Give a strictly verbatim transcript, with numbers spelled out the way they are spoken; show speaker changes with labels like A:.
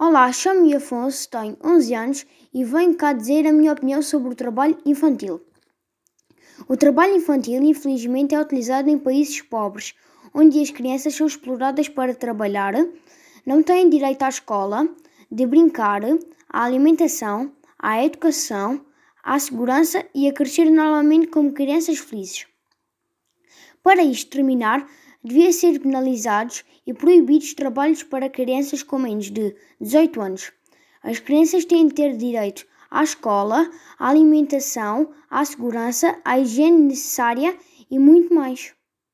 A: Olá, chamo-me Afonso, tenho onze anos e venho cá dizer a minha opinião sobre o trabalho infantil. O trabalho infantil, infelizmente, é utilizado em países pobres, onde as crianças são exploradas para trabalhar, não têm direito à escola, de brincar, à alimentação, à educação, à segurança e a crescer normalmente como crianças felizes. Para isto terminar, devia ser penalizados e proibidos trabalhos para crianças com menos de dezoito anos. As crianças têm de ter direito à escola, à alimentação, à segurança, à higiene necessária e muito mais.